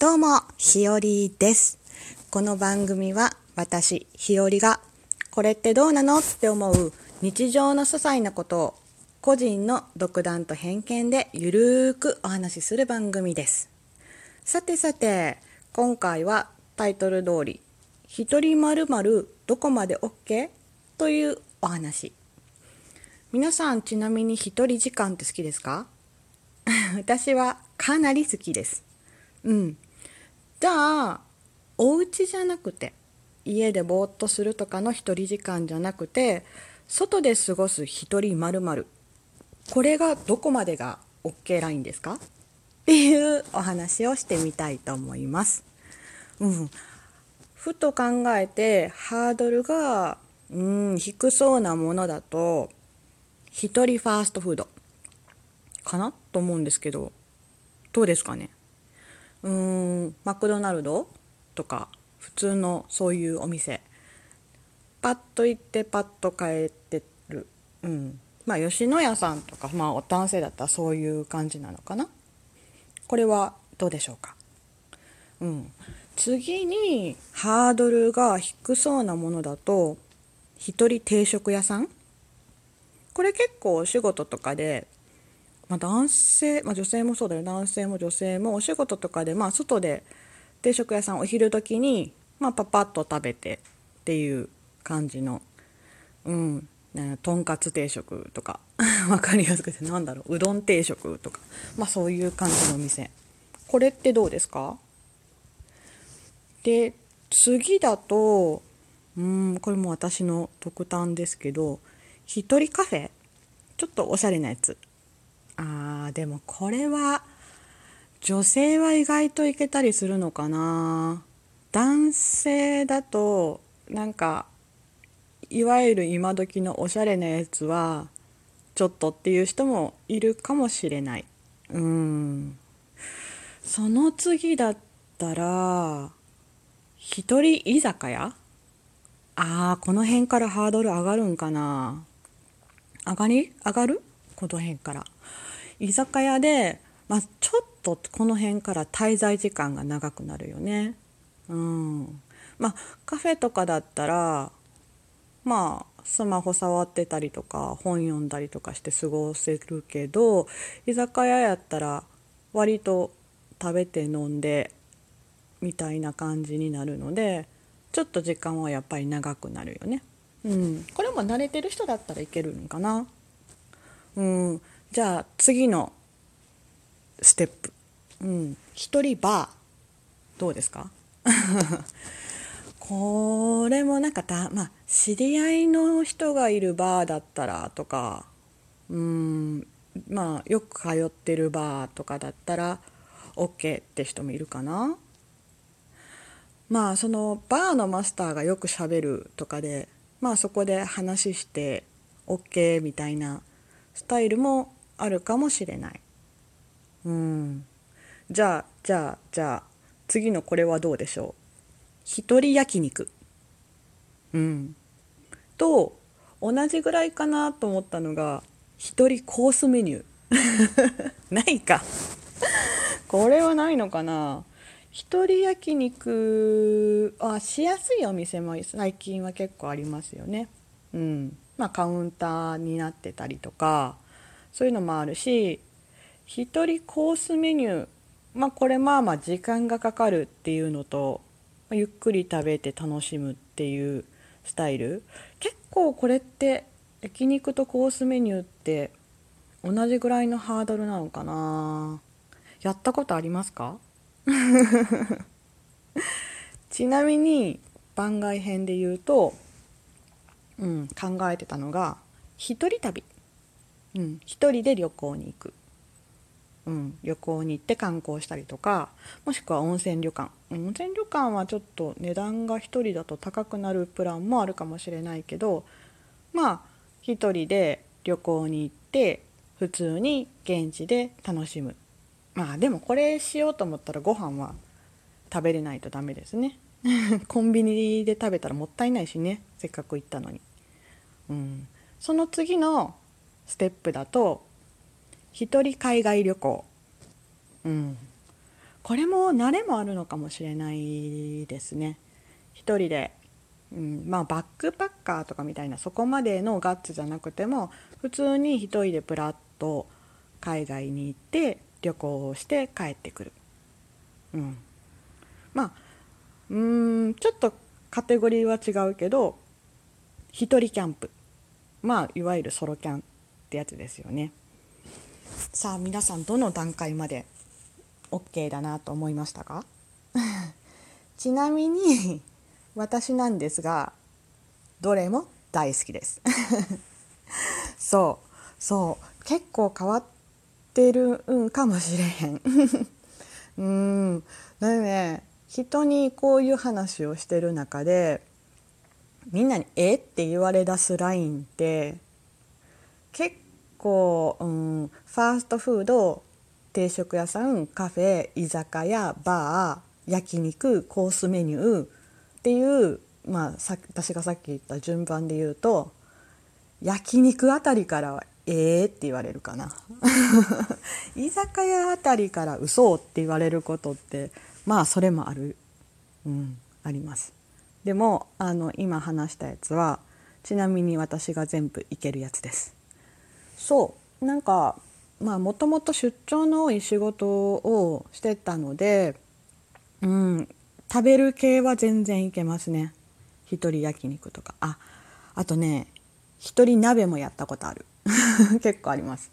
どうも、ひよりです。この番組は私、ひよりがこれってどうなのって思う日常の些細なことを個人の独断と偏見でゆるーくお話しする番組です。さてさて、今回はタイトル通り、一人〇〇どこまで OK? というお話。皆さんちなみに一人時間って好きですか？私はかなり好きです。じゃあお家じゃなくて家でぼーっとするとかの一人時間じゃなくて、外で過ごす一人まるまる、これがどこまでが OK ラインですかっていうお話をしてみたいと思います。ふと考えてハードルが低そうなものだと一人ファーストフードかなと思うんですけど、どうですかね。マクドナルドとか普通のそういうお店、パッと行ってパッと帰ってる。吉野家さんとか、男性だったらそういう感じなのかな。これはどうでしょうか。次にハードルが低そうなものだと一人定食屋さん。これ結構お仕事とかで、男性、女性もそうだよ、男性も女性もお仕事とかで、外で定食屋さんお昼時に、パパッと食べてっていう感じの、とんかつ定食とかわかりやすくて、うどん定食とか、そういう感じのお店。これってどうですか？で、次だと、これも私の独断ですけど、一人カフェ、ちょっとおしゃれなやつ。でもこれは女性は意外といけたりするのかな。男性だといわゆる今時のおしゃれなやつはちょっとっていう人もいるかもしれない。その次だったら一人居酒屋。この辺からハードル上がるんかな。上がるこの辺から居酒屋で、ちょっとこの辺から滞在時間が長くなるよね。カフェとかだったらスマホ触ってたりとか本読んだりとかして過ごせるけど、居酒屋やったら割と食べて飲んでみたいな感じになるので、ちょっと時間はやっぱり長くなるよね。これも慣れてる人だったらいけるんかな。じゃあ次のステップ、一人バーどうですか？これも知り合いの人がいるバーだったらとか、よく通ってるバーとかだったら OK って人もいるかな。そのバーのマスターがよくしゃべるとかで、そこで話して OK みたいなスタイルもあるかもしれない。じゃあ次のこれはどうでしょう。一人焼肉と同じぐらいかなと思ったのが一人コースメニュー。ないか。これはないのかな。一人焼肉しやすいお店も最近は結構ありますよね。カウンターになってたりとかそういうのもあるし、一人コースメニュー、これ時間がかかるっていうのと、ゆっくり食べて楽しむっていうスタイル。結構これって焼肉とコースメニューって同じぐらいのハードルなのかな。やったことありますか？ちなみに番外編で言うと、考えてたのが一人旅、一人で旅行に行く、旅行に行って観光したりとか、もしくは温泉旅館はちょっと値段が一人だと高くなるプランもあるかもしれないけど、一人で旅行に行って普通に現地で楽しむ。でもこれしようと思ったらご飯は食べれないとダメですね。コンビニで食べたらもったいないしね、せっかく行ったのに。その次のステップだと一人海外旅行。ここれも慣れもあるのかもしれないですね。一人で、バックパッカーとかみたいなそこまでのガッツじゃなくても、普通に一人でプラッと海外に行って旅行をして帰ってくる。うん、まあちょっとカテゴリーは違うけど、一人キャンプ、いわゆるソロキャンってやつですよね。さあ皆さん、どの段階まで OK だなと思いましたか？ちなみに私なんですが、どれも大好きです。そう結構変わってるかもしれへん。だよね。人にこういう話をしてる中で、みんなにって言われ出すラインって結構、ファーストフード、定食屋さん、カフェ、居酒屋、バー、焼肉、コースメニューっていう、私がさっき言った順番で言うと、焼肉あたりからはって言われるかな。居酒屋あたりから嘘って言われることってそれもある、あります。でも今話したやつはちなみに私が全部いけるやつです。そうなんかもともと出張の多い仕事をしてたので、食べる系は全然いけますね。一人焼肉とか、あとね、一人鍋もやったことある。結構あります。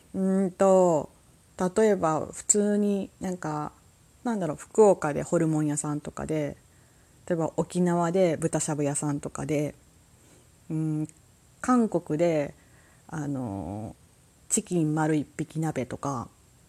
例えば普通に福岡でホルモン屋さんとかで、例えば沖縄で豚しゃぶ屋さんとかで、韓国でチキン丸一匹鍋とか、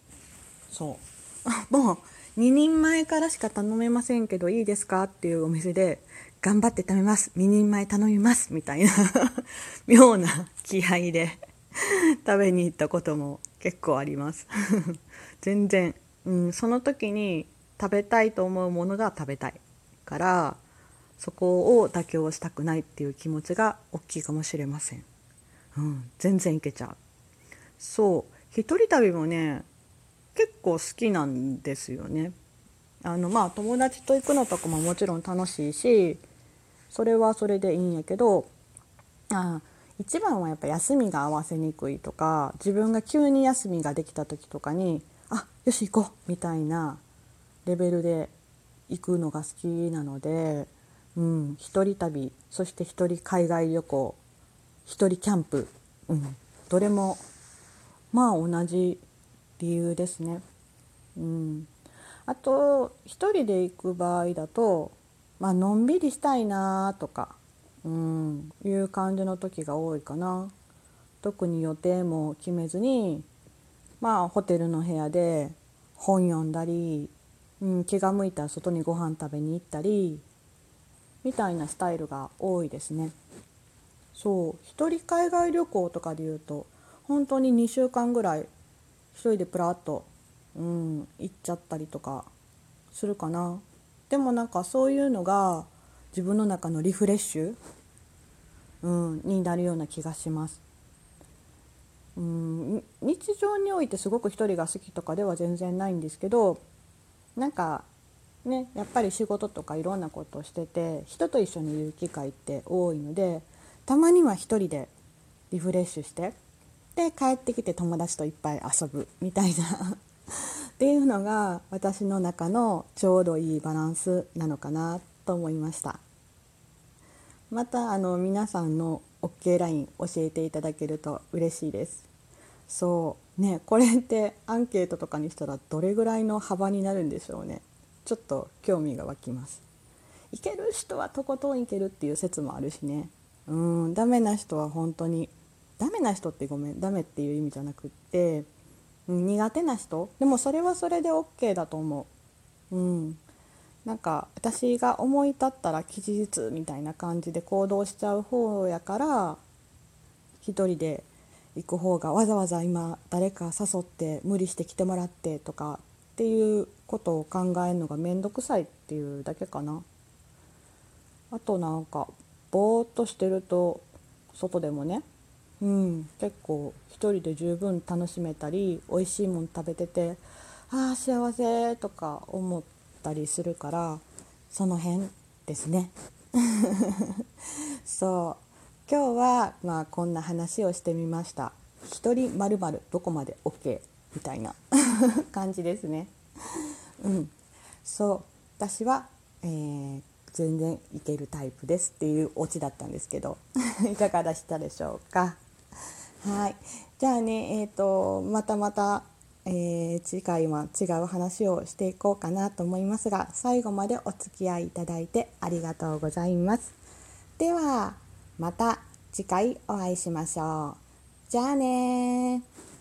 そうもう2人前からしか頼めませんけどいいですかっていうお店で、頑張って食べます、2人前頼みますみたいな妙な気合で食べに行ったことも結構あります全然、その時に食べたいと思うものが食べたいから、そこを妥協したくないっていう気持ちが大きいかもしれません。全然いけちゃう。そう一人旅もね結構好きなんですよね。友達と行くのとかももちろん楽しいし、それはそれでいいんやけど、一番はやっぱ休みが合わせにくいとか、自分が急に休みができた時とかによし行こうみたいなレベルで行くのが好きなので、一人旅、そして一人海外旅行、一人キャンプ、どれも同じ理由ですね。あと一人で行く場合だと、のんびりしたいなとか、いう感じの時が多いかな。特に予定も決めずに、ホテルの部屋で本読んだり、気が向いたら外にご飯食べに行ったりみたいなスタイルが多いですね。一人海外旅行とかでいうと本当に2週間ぐらい一人でプラッと、行っちゃったりとかするかな。でもそういうのが自分の中のリフレッシュ、になるような気がします。日常においてすごく一人が好きとかでは全然ないんですけど、やっぱり仕事とかいろんなことをしてて人と一緒にいる機会って多いので、たまには一人でリフレッシュしてで帰ってきて友達といっぱい遊ぶみたいなっていうのが私の中のちょうどいいバランスなのかなと思いました。また皆さんの OK ライン教えていただけると嬉しいです。これってアンケートとかにしたらどれぐらいの幅になるんでしょうね。ちょっと興味が湧きます。いける人はとことんいけるっていう説もあるしね。ダメな人は本当にダメな人ってダメっていう意味じゃなくって、苦手な人でもそれはそれで OK だと思う。私が思い立ったら吉日みたいな感じで行動しちゃう方やから、一人で行く方が、わざわざ今誰か誘って無理して来てもらってとかっていうことを考えるのがめんどくさいっていうだけかな。あとぼーっとしてると外でもね、結構一人で十分楽しめたり、美味しいもん食べてて幸せとか思ったりするから、その辺ですね。そう今日はこんな話をしてみました。一人まるまるどこまで OK みたいな感じですね。そう私は、全然いけるタイプですっていうオチだったんですけどいかがでしたでしょうか。はい、じゃあね、また、次回は違う話をしていこうかなと思いますが、最後までお付き合いいただいてありがとうございます。ではまた次回お会いしましょう。じゃあね。